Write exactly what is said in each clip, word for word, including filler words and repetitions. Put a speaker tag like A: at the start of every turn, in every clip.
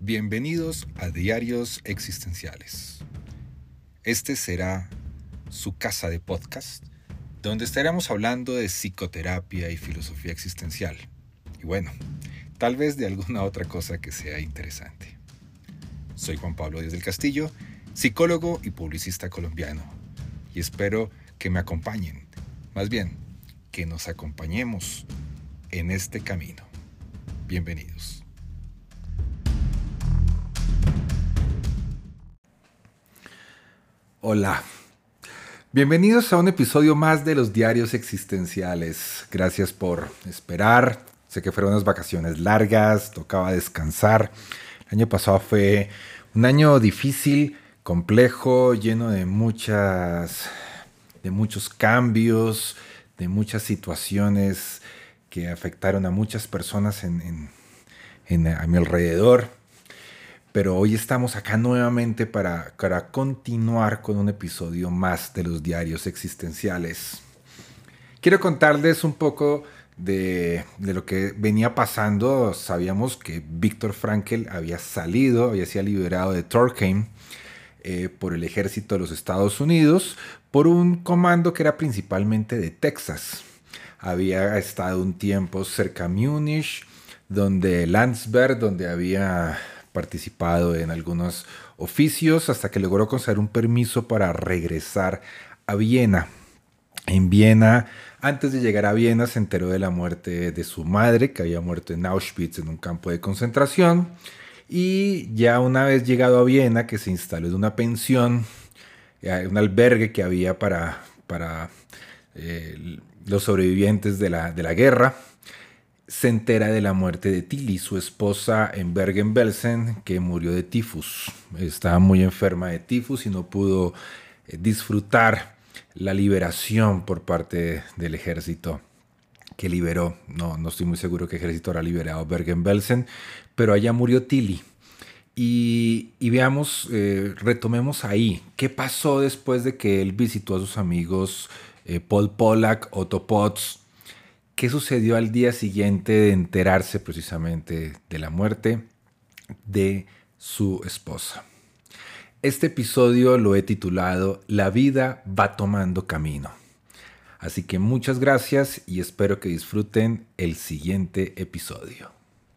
A: Bienvenidos a Diarios Existenciales. Este será su casa de podcast, donde estaremos hablando de psicoterapia y filosofía existencial. Y bueno, tal vez de alguna otra cosa que sea interesante. Soy Juan Pablo Díaz del Castillo, psicólogo y publicista colombiano, y espero que me acompañen, más bien, que nos acompañemos en este camino. Bienvenidos. Hola, bienvenidos a un episodio más de los Diarios Existenciales. Gracias por esperar. Sé que fueron unas vacaciones largas, tocaba descansar. El año pasado fue un año difícil, complejo, lleno de muchas, de muchos cambios, de muchas situaciones que afectaron a muchas personas en, en, en, a mi alrededor. Pero hoy estamos acá nuevamente para, para continuar con un episodio más de los Diarios Existenciales. Quiero contarles un poco de, de lo que venía pasando. Sabíamos que Viktor Frankl había salido, había sido liberado de Turkheim eh, por el ejército de los Estados Unidos, por un comando que era principalmente de Texas. Había estado un tiempo cerca a Múnich, donde Landsberg, donde había participado en algunos oficios hasta que logró conseguir un permiso para regresar a Viena. En Viena, antes de llegar a Viena, se enteró de la muerte de su madre, que había muerto en Auschwitz, en un campo de concentración. Y ya una vez llegado a Viena, que se instaló en una pensión, un albergue que había para, para eh, los sobrevivientes de la, de la guerra, se entera de la muerte de Tilly, su esposa en Bergen-Belsen, que murió de tifus. Estaba muy enferma de tifus y no pudo eh, disfrutar la liberación por parte del ejército que liberó. No, no estoy muy seguro qué ejército habrá liberado Bergen-Belsen, pero allá murió Tilly. Y, y veamos, eh, retomemos ahí. ¿Qué pasó después de que él visitó a sus amigos eh, Paul Pollack, Otto Potts? ¿Qué sucedió al día siguiente de enterarse precisamente de la muerte de su esposa? Este episodio lo he titulado La vida va tomando camino. Así que muchas gracias y espero que disfruten el siguiente episodio.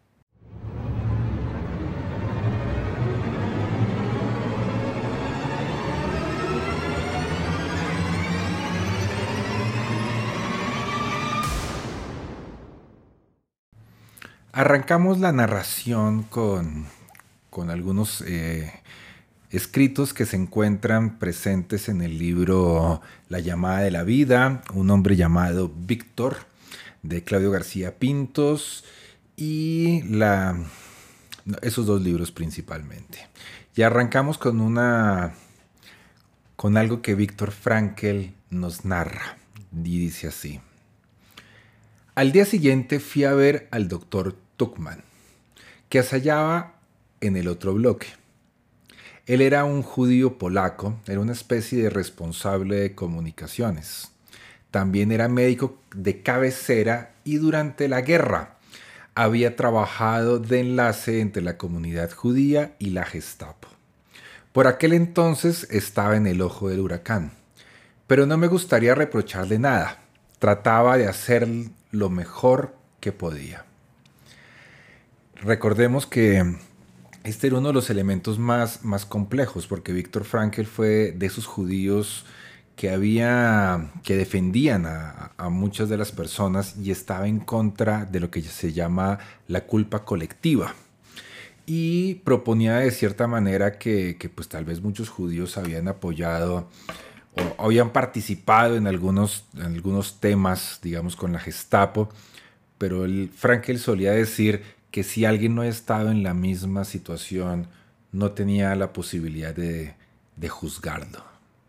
A: Arrancamos la narración con, con algunos eh, escritos que se encuentran presentes en el libro La llamada de la vida, un hombre llamado Víctor, de Claudio García Pintos, y la, esos dos libros principalmente. Y arrancamos con, una, con algo que Viktor Frankl nos narra, y dice así. Al día siguiente fui a ver al doctor Tuckman, que se hallaba en el otro bloque. Él era un judío polaco, era una especie de responsable de comunicaciones. También era médico de cabecera y durante la guerra había trabajado de enlace entre la comunidad judía y la Gestapo. Por aquel entonces estaba en el ojo del huracán, pero no me gustaría reprocharle nada. Trataba de hacer lo mejor que podía. Recordemos que este era uno de los elementos más, más complejos, porque Viktor Frankl fue de esos judíos que, había, que defendían a, a muchas de las personas y estaba en contra de lo que se llama la culpa colectiva. Y proponía de cierta manera que, que pues, tal vez muchos judíos habían apoyado o habían participado en algunos, en algunos temas, digamos, con la Gestapo, pero el Frankl solía decir que si alguien no ha estado en la misma situación, no tenía la posibilidad de, de juzgarlo.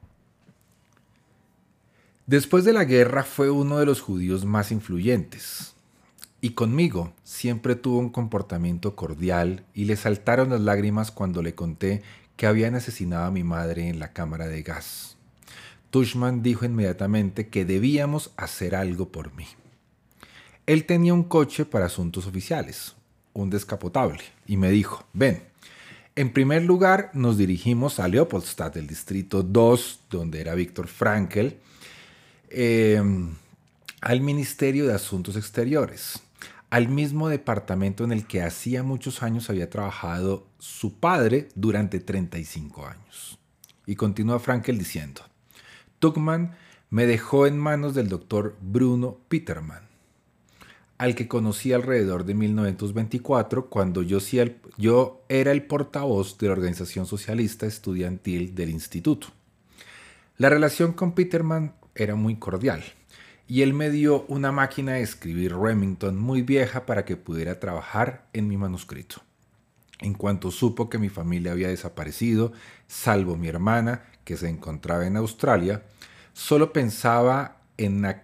A: Después de la guerra fue uno de los judíos más influyentes, y conmigo siempre tuvo un comportamiento cordial y le saltaron las lágrimas cuando le conté que habían asesinado a mi madre en la cámara de gas. Tuchman dijo inmediatamente que debíamos hacer algo por mí. Él tenía un coche para asuntos oficiales, un descapotable y me dijo, ven, en primer lugar nos dirigimos a Leopoldstadt, el distrito dos, donde era Viktor Frankl, eh, al Ministerio de Asuntos Exteriores, al mismo departamento en el que hacía muchos años había trabajado su padre durante treinta y cinco años. Y continúa Frankl diciendo, Tuchman me dejó en manos del doctor Bruno Petermann, al que conocí alrededor de mil novecientos veinticuatro, cuando yo, yo era el portavoz de la Organización Socialista Estudiantil del Instituto. La relación con Petermann era muy cordial, y él me dio una máquina de escribir Remington muy vieja para que pudiera trabajar en mi manuscrito. En cuanto supo que mi familia había desaparecido, salvo mi hermana, que se encontraba en Australia, solo pensaba en... La,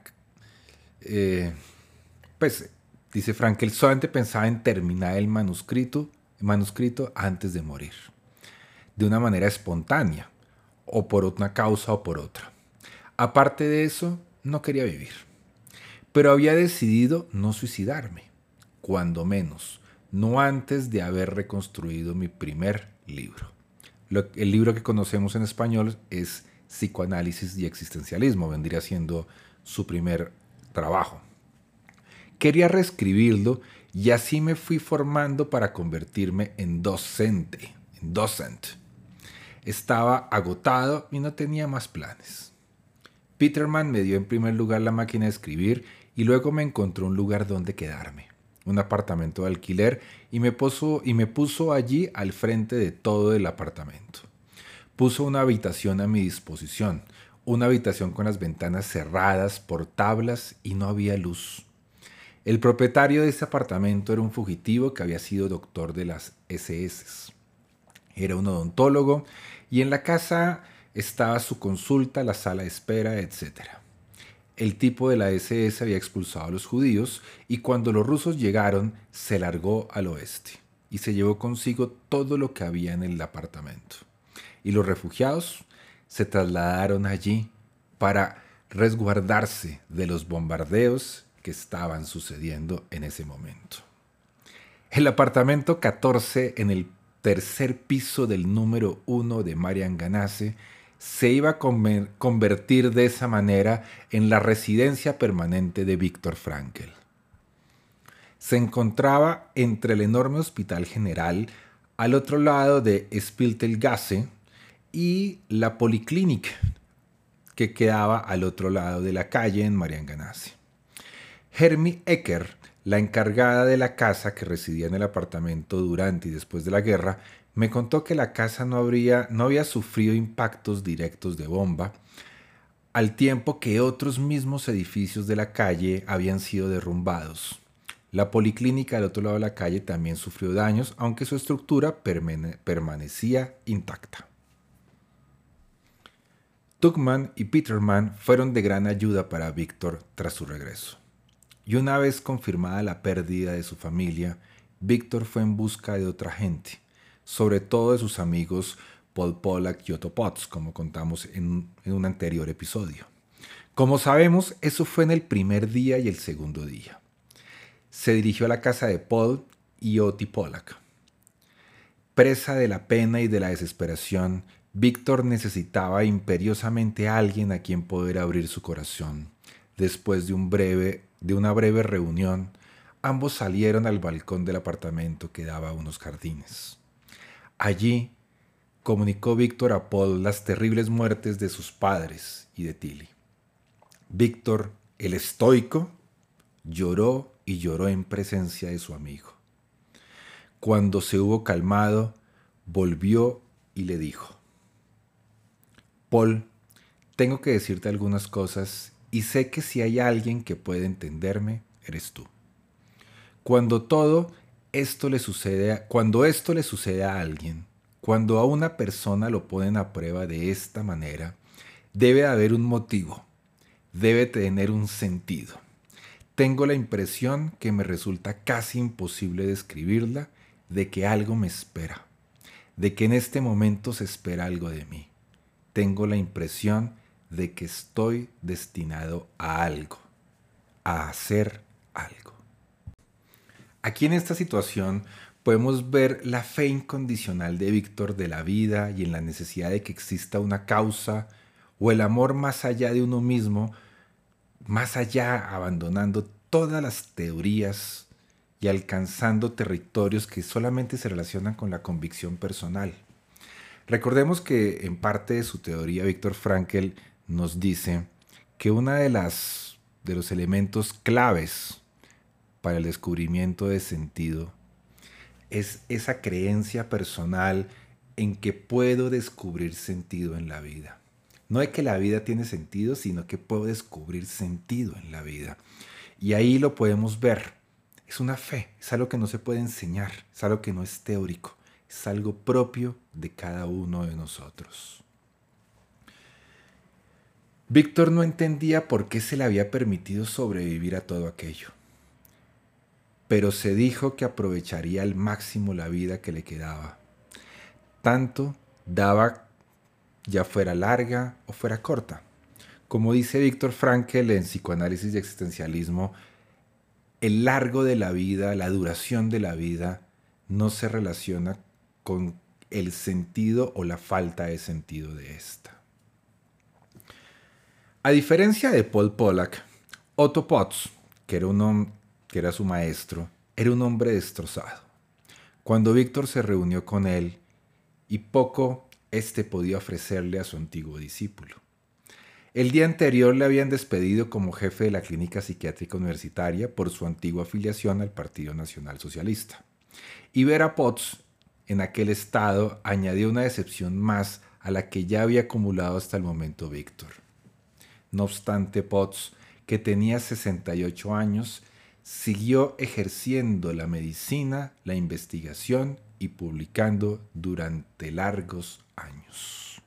A: eh, pues, dice Frankl, solamente pensaba en terminar el manuscrito, el manuscrito antes de morir, de una manera espontánea, o por una causa o por otra. Aparte de eso, no quería vivir. Pero había decidido no suicidarme, cuando menos, no antes de haber reconstruido mi primer libro. Lo, el libro que conocemos en español es Psicoanálisis y Existencialismo, vendría siendo su primer trabajo. Quería reescribirlo y así me fui formando para convertirme en docente, en docent. Estaba agotado y no tenía más planes. Petermann me dio en primer lugar la máquina de escribir y luego me encontró un lugar donde quedarme, un apartamento de alquiler, y me puso, y me puso allí al frente de todo el apartamento. Puso una habitación a mi disposición, una habitación con las ventanas cerradas por tablas y no había luz. El propietario de ese apartamento era un fugitivo que había sido doctor de las ese ese. Era un odontólogo y en la casa estaba su consulta, la sala de espera, etcétera. El tipo de la ese ese había expulsado a los judíos y cuando los rusos llegaron se largó al oeste y se llevó consigo todo lo que había en el apartamento. Y los refugiados se trasladaron allí para resguardarse de los bombardeos que estaban sucediendo en ese momento. El apartamento catorce en el tercer piso del número uno de Marian Ganase se iba a convertir de esa manera en la residencia permanente de Viktor Frankl. Se encontraba entre el enorme hospital general al otro lado de Spittelgasse y la policlínica que quedaba al otro lado de la calle en Marian Ganase. Hermie Ecker, la encargada de la casa que residía en el apartamento durante y después de la guerra, me contó que la casa no, habría, no había sufrido impactos directos de bomba, al tiempo que otros mismos edificios de la calle habían sido derrumbados. La policlínica del otro lado de la calle también sufrió daños, aunque su estructura permane- permanecía intacta. Tuchman y Petermann fueron de gran ayuda para Viktor tras su regreso. Y una vez confirmada la pérdida de su familia, Viktor fue en busca de otra gente, sobre todo de sus amigos Paul Pollack y Otto Potts, como contamos en, en un anterior episodio. Como sabemos, eso fue en el primer día y el segundo día. Se dirigió a la casa de Paul y Otto Pollack. Presa de la pena y de la desesperación, Viktor necesitaba imperiosamente a alguien a quien poder abrir su corazón. Después de, un breve, de una breve reunión, ambos salieron al balcón del apartamento que daba a unos jardines. Allí comunicó Viktor a Paul las terribles muertes de sus padres y de Tilly. Viktor, el estoico, lloró y lloró en presencia de su amigo. Cuando se hubo calmado, volvió y le dijo: Paul, tengo que decirte algunas cosas y sé que si hay alguien que puede entenderme, eres tú. Cuando todo esto le sucede, a, cuando esto le sucede a alguien, cuando a una persona lo ponen a prueba de esta manera, debe haber un motivo, debe tener un sentido. Tengo la impresión que me resulta casi imposible describirla, de que algo me espera, de que en este momento se espera algo de mí. Tengo la impresión de que estoy destinado a algo, a hacer algo. Aquí en esta situación podemos ver la fe incondicional de Víctor de la vida y en la necesidad de que exista una causa o el amor más allá de uno mismo, más allá abandonando todas las teorías y alcanzando territorios que solamente se relacionan con la convicción personal. Recordemos que en parte de su teoría Viktor Frankl nos dice que una de las de los elementos claves para el descubrimiento de sentido es esa creencia personal en que puedo descubrir sentido en la vida. No de que la vida tiene sentido, sino que puedo descubrir sentido en la vida. Y ahí lo podemos ver. Es una fe, es algo que no se puede enseñar, es algo que no es teórico, es algo propio de cada uno de nosotros. Víctor no entendía por qué se le había permitido sobrevivir a todo aquello, pero se dijo que aprovecharía al máximo la vida que le quedaba. Tanto daba ya fuera larga o fuera corta. Como dice Viktor Frankl en Psicoanálisis y Existencialismo, el largo de la vida, la duración de la vida, no se relaciona con el sentido o la falta de sentido de esta. A diferencia de Paul Pollack, Otto Potts, que era, un, que era su maestro, era un hombre destrozado. Cuando Víctor se reunió con él, y poco éste podía ofrecerle a su antiguo discípulo. El día anterior le habían despedido como jefe de la clínica psiquiátrica universitaria por su antigua afiliación al Partido Nacional Socialista. Y ver a Potts en aquel estado añadió una decepción más a la que ya había acumulado hasta el momento Víctor. No obstante, Potts, que tenía sesenta y ocho años, siguió ejerciendo la medicina, la investigación y publicando durante largos años.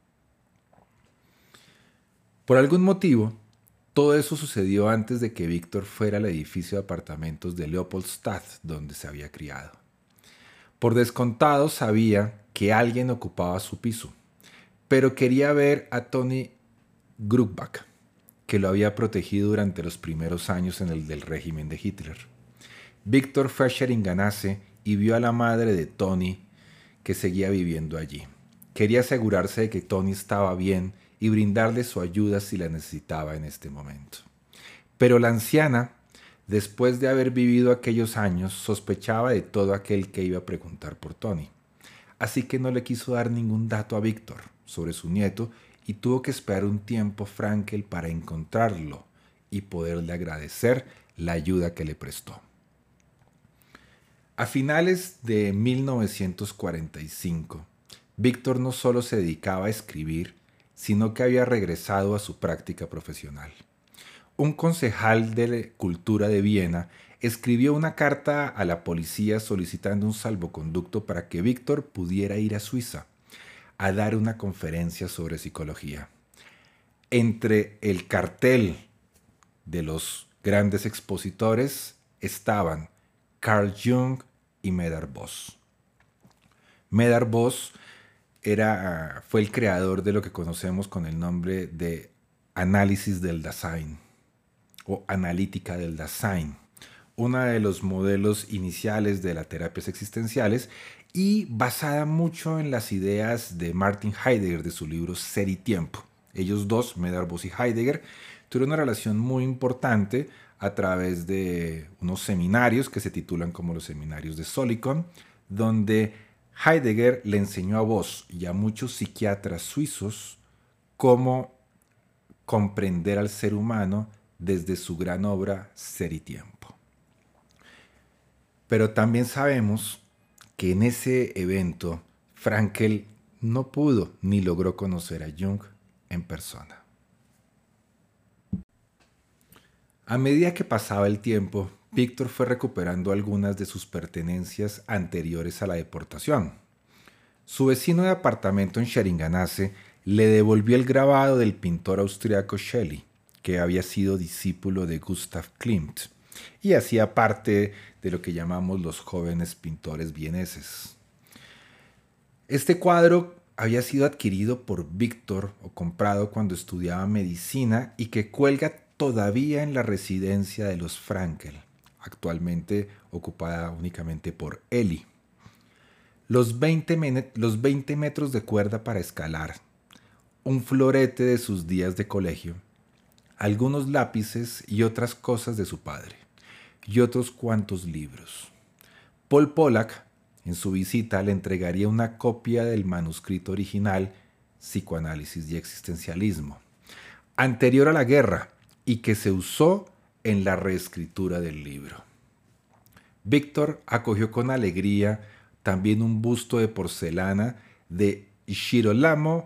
A: Por algún motivo, todo eso sucedió antes de que Víctor fuera al edificio de apartamentos de Leopoldstadt, donde se había criado. Por descontado sabía que alguien ocupaba su piso, pero quería ver a Toni Grumbach, que lo había protegido durante los primeros años en el del régimen de Hitler. Víctor fue a Schwerin-Ganase y vio a la madre de Toni, que seguía viviendo allí. Quería asegurarse de que Toni estaba bien y brindarle su ayuda si la necesitaba en este momento. Pero la anciana, después de haber vivido aquellos años, sospechaba de todo aquel que iba a preguntar por Toni. Así que no le quiso dar ningún dato a Víctor sobre su nieto y tuvo que esperar un tiempo Frankl para encontrarlo y poderle agradecer la ayuda que le prestó. A finales de mil novecientos cuarenta y cinco, Víctor no solo se dedicaba a escribir, sino que había regresado a su práctica profesional. Un concejal de Cultura de Viena escribió una carta a la policía solicitando un salvoconducto para que Víctor pudiera ir a Suiza a dar una conferencia sobre psicología. Entre el cartel de los grandes expositores estaban Carl Jung y Medard Voss. Medard Voss era, fue el creador de lo que conocemos con el nombre de análisis del Dasein o analítica del Dasein, uno de los modelos iniciales de las terapias existenciales y basada mucho en las ideas de Martin Heidegger de su libro Ser y Tiempo. Ellos dos, Medard Voss y Heidegger, tuvieron una relación muy importante a través de unos seminarios que se titulan como los seminarios de Solikon, donde Heidegger le enseñó a Voss y a muchos psiquiatras suizos cómo comprender al ser humano desde su gran obra Ser y Tiempo. Pero también sabemos que en ese evento Frankl no pudo ni logró conocer a Jung en persona. A medida que pasaba el tiempo, Víctor fue recuperando algunas de sus pertenencias anteriores a la deportación. Su vecino de apartamento en Schwerin-Ganase le devolvió el grabado del pintor austriaco Schelling, que había sido discípulo de Gustav Klimt y hacía parte de lo que llamamos los jóvenes pintores vieneses. Este cuadro había sido adquirido por Víctor o comprado cuando estudiaba medicina y que cuelga todavía en la residencia de los Frankl, actualmente ocupada únicamente por Eli. Los veinte, los veinte metros de cuerda para escalar, un florete de sus días de colegio, algunos lápices y otras cosas de su padre, y otros cuantos libros. Paul Pollack, en su visita, le entregaría una copia del manuscrito original Psicoanálisis y Existencialismo, anterior a la guerra y que se usó en la reescritura del libro. Víctor acogió con alegría también un busto de porcelana de Girolamo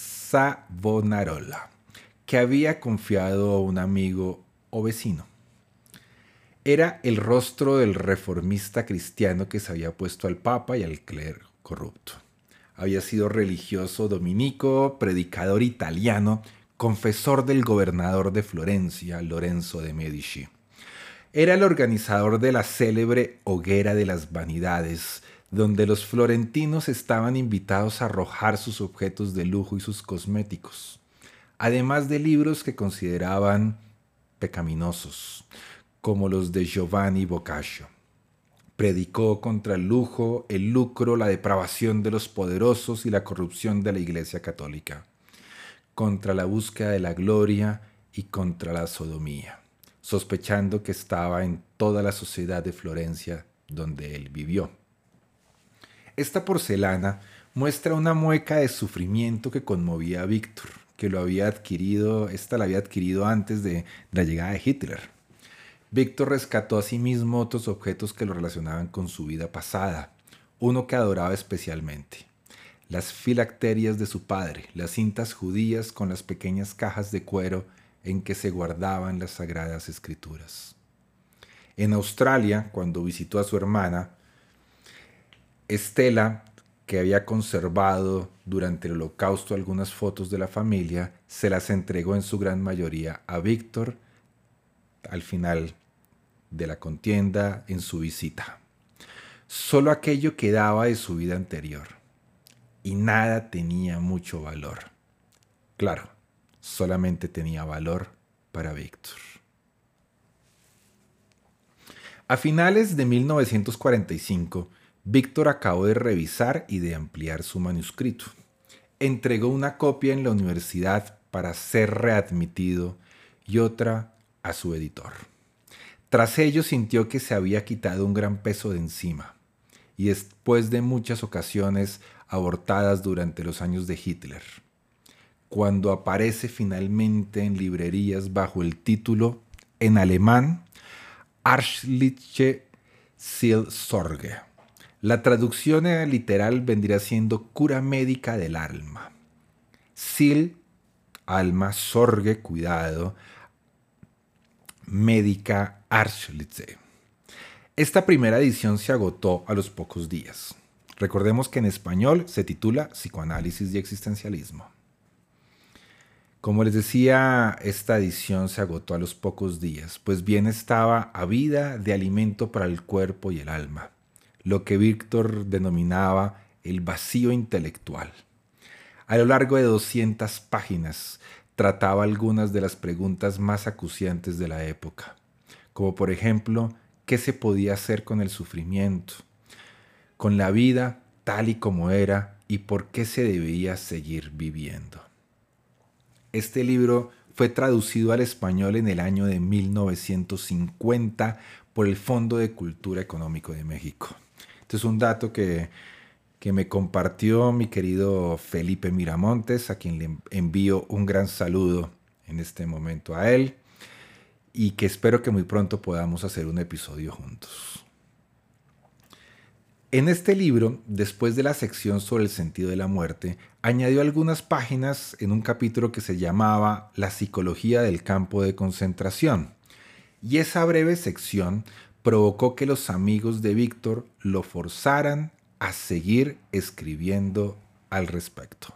A: Savonarola, que había confiado a un amigo o vecino. Era el rostro del reformista cristiano que se había puesto al papa y al clero corrupto. Había sido religioso dominico, predicador italiano, confesor del gobernador de Florencia, Lorenzo de Medici. Era el organizador de la célebre Hoguera de las Vanidades, donde los florentinos estaban invitados a arrojar sus objetos de lujo y sus cosméticos, además de libros que consideraban pecaminosos, como los de Giovanni Boccaccio. Predicó contra el lujo, el lucro, la depravación de los poderosos y la corrupción de la Iglesia Católica, contra la búsqueda de la gloria y contra la sodomía, sospechando que estaba en toda la sociedad de Florencia donde él vivió. Esta porcelana muestra una mueca de sufrimiento que conmovía a Víctor, que lo había adquirido, esta la había adquirido antes de la llegada de Hitler. Víctor rescató a sí mismo otros objetos que lo relacionaban con su vida pasada, uno que adoraba especialmente: las filacterias de su padre, las cintas judías con las pequeñas cajas de cuero en que se guardaban las sagradas escrituras. En Australia, cuando visitó a su hermana, Estela, que había conservado durante el Holocausto algunas fotos de la familia, se las entregó en su gran mayoría a Víctor al final de la contienda en su visita. Solo aquello quedaba de su vida anterior y nada tenía mucho valor. Claro, solamente tenía valor para Víctor. A finales de mil novecientos cuarenta y cinco, Víctor acabó de revisar y de ampliar su manuscrito. Entregó una copia en la universidad para ser readmitido y otra a su editor. Tras ello sintió que se había quitado un gran peso de encima, y después de muchas ocasiones abortadas durante los años de Hitler, cuando aparece finalmente en librerías bajo el título, en alemán, Archliche Seelsorge. La traducción literal vendría siendo cura médica del alma. Sil, alma, sorge, cuidado, médica, Archliche. Esta primera edición se agotó a los pocos días. Recordemos que en español se titula Psicoanálisis y Existencialismo. Como les decía, esta edición se agotó a los pocos días, pues bien estaba avida de alimento para el cuerpo y el alma, lo que Víctor denominaba el vacío intelectual. A lo largo de doscientas páginas trataba algunas de las preguntas más acuciantes de la época, como por ejemplo, ¿qué se podía hacer con el sufrimiento, con la vida tal y como era, y por qué se debía seguir viviendo? Este libro fue traducido al español en el año de mil novecientos cincuenta por el Fondo de Cultura Económico de México. Este es un dato que, que me compartió mi querido Felipe Miramontes, a quien le envío un gran saludo en este momento a él, y que espero que muy pronto podamos hacer un episodio juntos. En este libro, después de la sección sobre el sentido de la muerte, añadió algunas páginas en un capítulo que se llamaba La psicología del campo de concentración, y esa breve sección provocó que los amigos de Víctor lo forzaran a seguir escribiendo al respecto.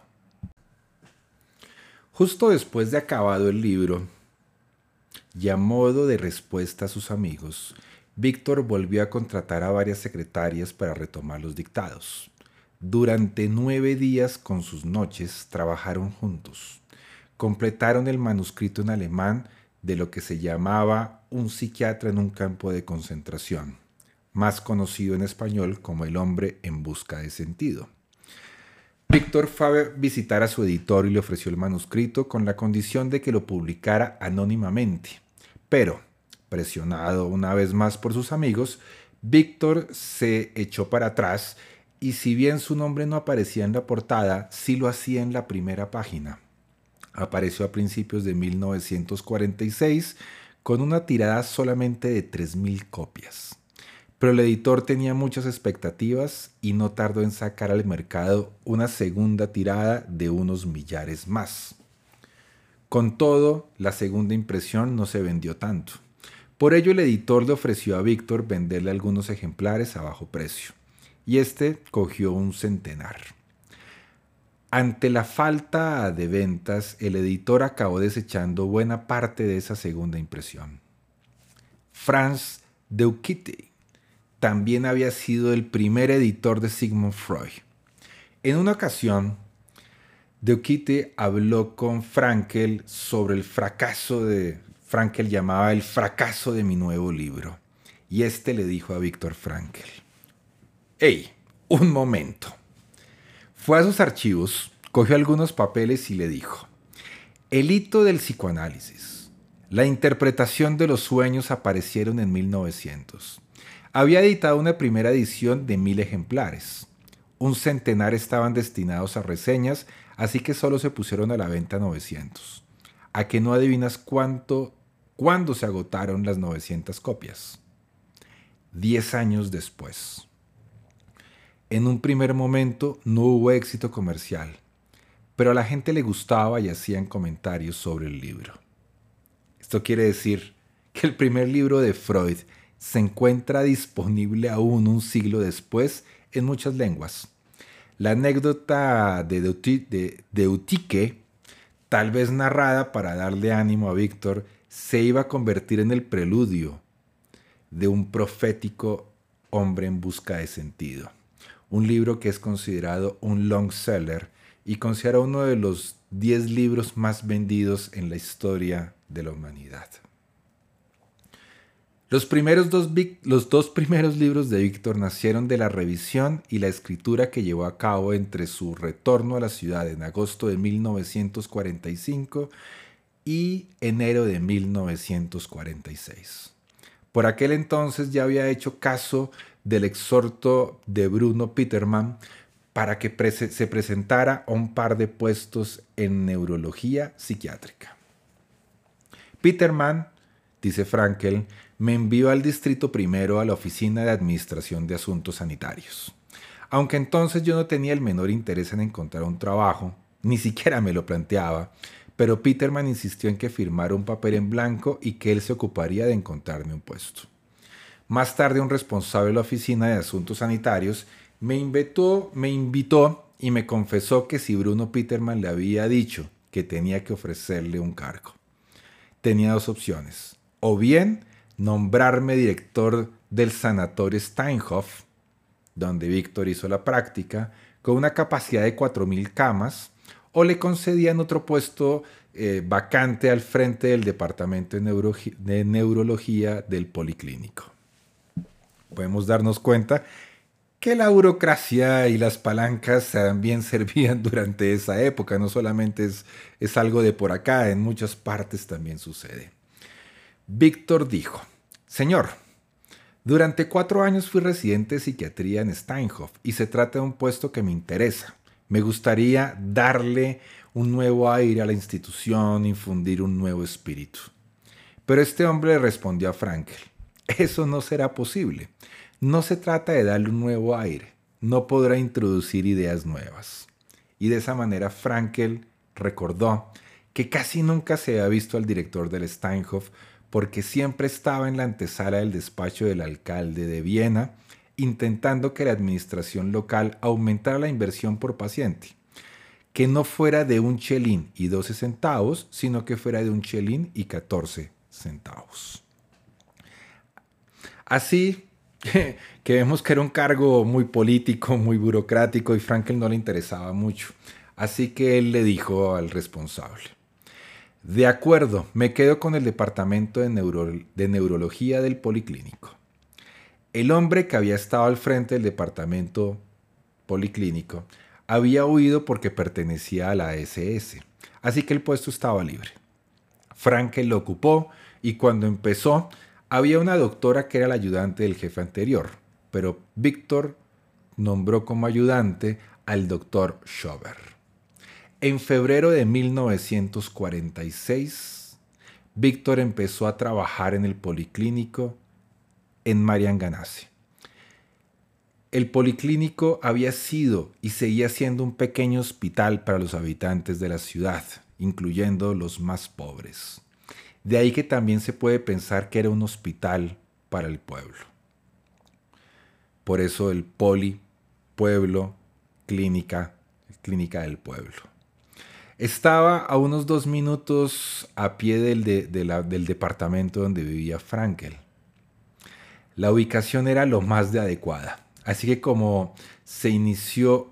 A: Justo después de acabado el libro, y a modo de respuesta a sus amigos, Víctor volvió a contratar a varias secretarias para retomar los dictados. Durante nueve días con sus noches trabajaron juntos. Completaron el manuscrito en alemán de lo que se llamaba un psiquiatra en un campo de concentración, más conocido en español como El hombre en busca de sentido. Víctor fue a visitar a su editor y le ofreció el manuscrito con la condición de que lo publicara anónimamente. Pero, presionado una vez más por sus amigos, Víctor se echó para atrás y si bien su nombre no aparecía en la portada, sí lo hacía en la primera página. Apareció a principios de mil novecientos cuarenta y seis con una tirada solamente de tres mil copias. Pero el editor tenía muchas expectativas y no tardó en sacar al mercado una segunda tirada de unos millares más. Con todo, la segunda impresión no se vendió tanto. Por ello, el editor le ofreció a Víctor venderle algunos ejemplares a bajo precio, y este cogió un centenar. Ante la falta de ventas, el editor acabó desechando buena parte de esa segunda impresión. Franz Deukitte también había sido el primer editor de Sigmund Freud. En una ocasión, Deukitte habló con Frankl sobre el fracaso de... Frankl llamaba el fracaso de mi nuevo libro. Y este le dijo a Viktor Frankl: «Hey, un momento». Fue a sus archivos, cogió algunos papeles y le dijo: «El hito del psicoanálisis, la interpretación de los sueños aparecieron en mil novecientos. Había editado una primera edición de mil ejemplares. Un centenar estaban destinados a reseñas, así que solo se pusieron a la venta novecientos. ¿A que no adivinas cuánto, cuándo se agotaron las novecientas copias? Diez años después. En un primer momento no hubo éxito comercial, pero a la gente le gustaba y hacían comentarios sobre el libro». Esto quiere decir que el primer libro de Freud se encuentra disponible aún un siglo después en muchas lenguas. La anécdota de Deukitte, tal vez narrada para darle ánimo a Víctor, se iba a convertir en el preludio de un profético hombre en busca de sentido. Un libro que es considerado un long seller y considerado uno de los diez libros más vendidos en la historia de la humanidad. Los, primeros dos, los dos primeros libros de Víctor nacieron de la revisión y la escritura que llevó a cabo entre su retorno a la ciudad en agosto de mil novecientos cuarenta y cinco y enero de mil novecientos cuarenta y seis. Por aquel entonces ya había hecho caso del exhorto de Bruno Petermann para que pre- se presentara a un par de puestos en neurología psiquiátrica. Petermann, dice Frankl, me envió al distrito primero a la oficina de administración de asuntos sanitarios. Aunque entonces yo no tenía el menor interés en encontrar un trabajo, ni siquiera me lo planteaba, pero Petermann insistió en que firmara un papel en blanco y que él se ocuparía de encontrarme un puesto. Más tarde, un responsable de la oficina de asuntos sanitarios me invitó, me invitó y me confesó que si Bruno Petermann le había dicho que tenía que ofrecerle un cargo. Tenía dos opciones: o bien nombrarme director del sanatorio Steinhoff, donde Víctor hizo la práctica, con una capacidad de cuatro mil camas, o le concedían otro puesto eh, vacante al frente del departamento de, neuro de neurología del policlínico. Podemos darnos cuenta que la burocracia y las palancas también servían durante esa época. No solamente es, es algo de por acá, en muchas partes también sucede. Víctor dijo: «Señor, durante cuatro años fui residente de psiquiatría en Steinhoff y se trata de un puesto que me interesa. Me gustaría darle un nuevo aire a la institución, infundir un nuevo espíritu». Pero este hombre le respondió a Frankl: «Eso no será posible. No se trata de darle un nuevo aire. No podrá introducir ideas nuevas». Y de esa manera Frankl recordó que casi nunca se había visto al director del Steinhoff porque siempre estaba en la antesala del despacho del alcalde de Viena intentando que la administración local aumentara la inversión por paciente, que no fuera de un chelín y doce centavos, sino que fuera de un chelín y catorce centavos. Así que, que vemos que era un cargo muy político, muy burocrático y Frankl no le interesaba mucho. Así que él le dijo al responsable: De acuerdo, me quedo con el departamento de, neuro de neurología del policlínico. El hombre que había estado al frente del departamento policlínico había huido porque pertenecía a la ese ese, así que el puesto estaba libre. Frankel lo ocupó y cuando empezó había una doctora que era la ayudante del jefe anterior, pero Víctor nombró como ayudante al doctor Schober. En febrero de mil novecientos cuarenta y seis, Víctor empezó a trabajar en el policlínico en Marianganase. El policlínico había sido y seguía siendo un pequeño hospital para los habitantes de la ciudad, incluyendo los más pobres. De ahí que también se puede pensar que era un hospital para el pueblo. Por eso el poli, pueblo, clínica, clínica del pueblo. Estaba a unos dos minutos a pie del, de, de la, del departamento donde vivía Frankel. La ubicación era lo más de adecuada. Así que como se inició,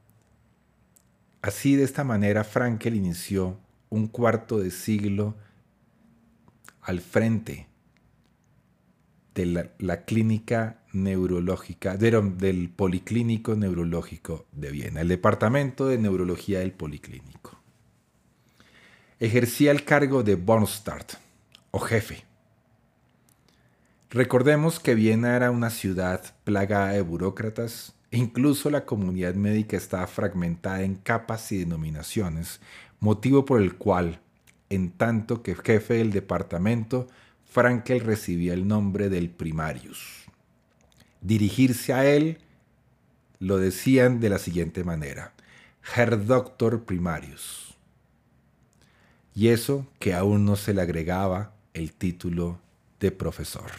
A: así de esta manera Frankel inició un cuarto de siglo al frente de la, la clínica neurológica, de, del Policlínico Neurológico de Viena, el departamento de neurología del Policlínico. Ejercía el cargo de Bornstadt, o jefe. Recordemos que Viena era una ciudad plagada de burócratas e incluso la comunidad médica estaba fragmentada en capas y denominaciones, motivo por el cual, en tanto que jefe del departamento, Frankel recibía el nombre del primarius. Dirigirse a él lo decían de la siguiente manera: Herr Doctor Primarius. Y eso que aún no se le agregaba el título de profesor.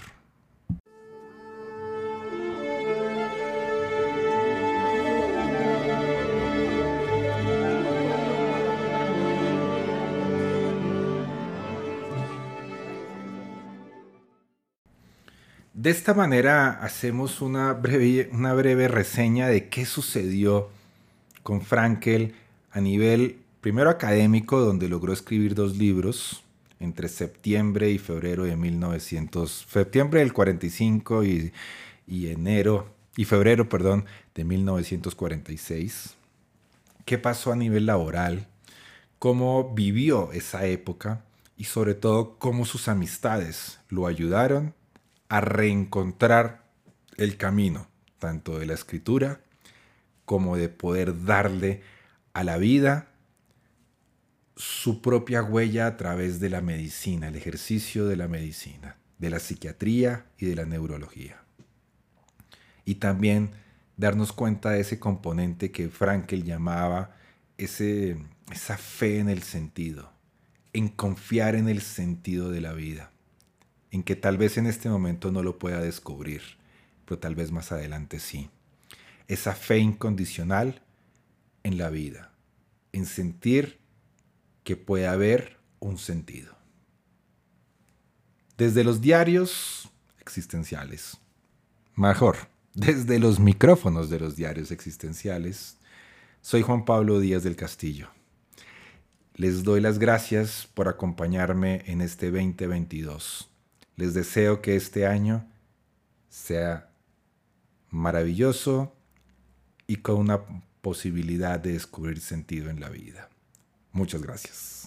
A: De esta manera hacemos una breve, una breve reseña de qué sucedió con Frankel a nivel primero académico, donde logró escribir dos libros entre septiembre y febrero de mil novecientos, septiembre del cuarenta y cinco y, y enero y febrero, perdón, de mil novecientos cuarenta y seis. ¿Qué pasó a nivel laboral? ¿Cómo vivió esa época? Y sobre todo, cómo sus amistades lo ayudaron a reencontrar el camino, tanto de la escritura como de poder darle a la vida su propia huella a través de la medicina, el ejercicio de la medicina, de la psiquiatría y de la neurología. Y también darnos cuenta de ese componente que Frankel llamaba ese, esa fe en el sentido, en confiar en el sentido de la vida, en que tal vez en este momento no lo pueda descubrir, pero tal vez más adelante sí. Esa fe incondicional en la vida, en sentir que puede haber un sentido. Desde los diarios existenciales, mejor, desde los micrófonos de los diarios existenciales, soy Juan Pablo Díaz del Castillo. Les doy las gracias por acompañarme en este veinte veintidós. Les deseo que este año sea maravilloso y con una posibilidad de descubrir sentido en la vida. Muchas gracias.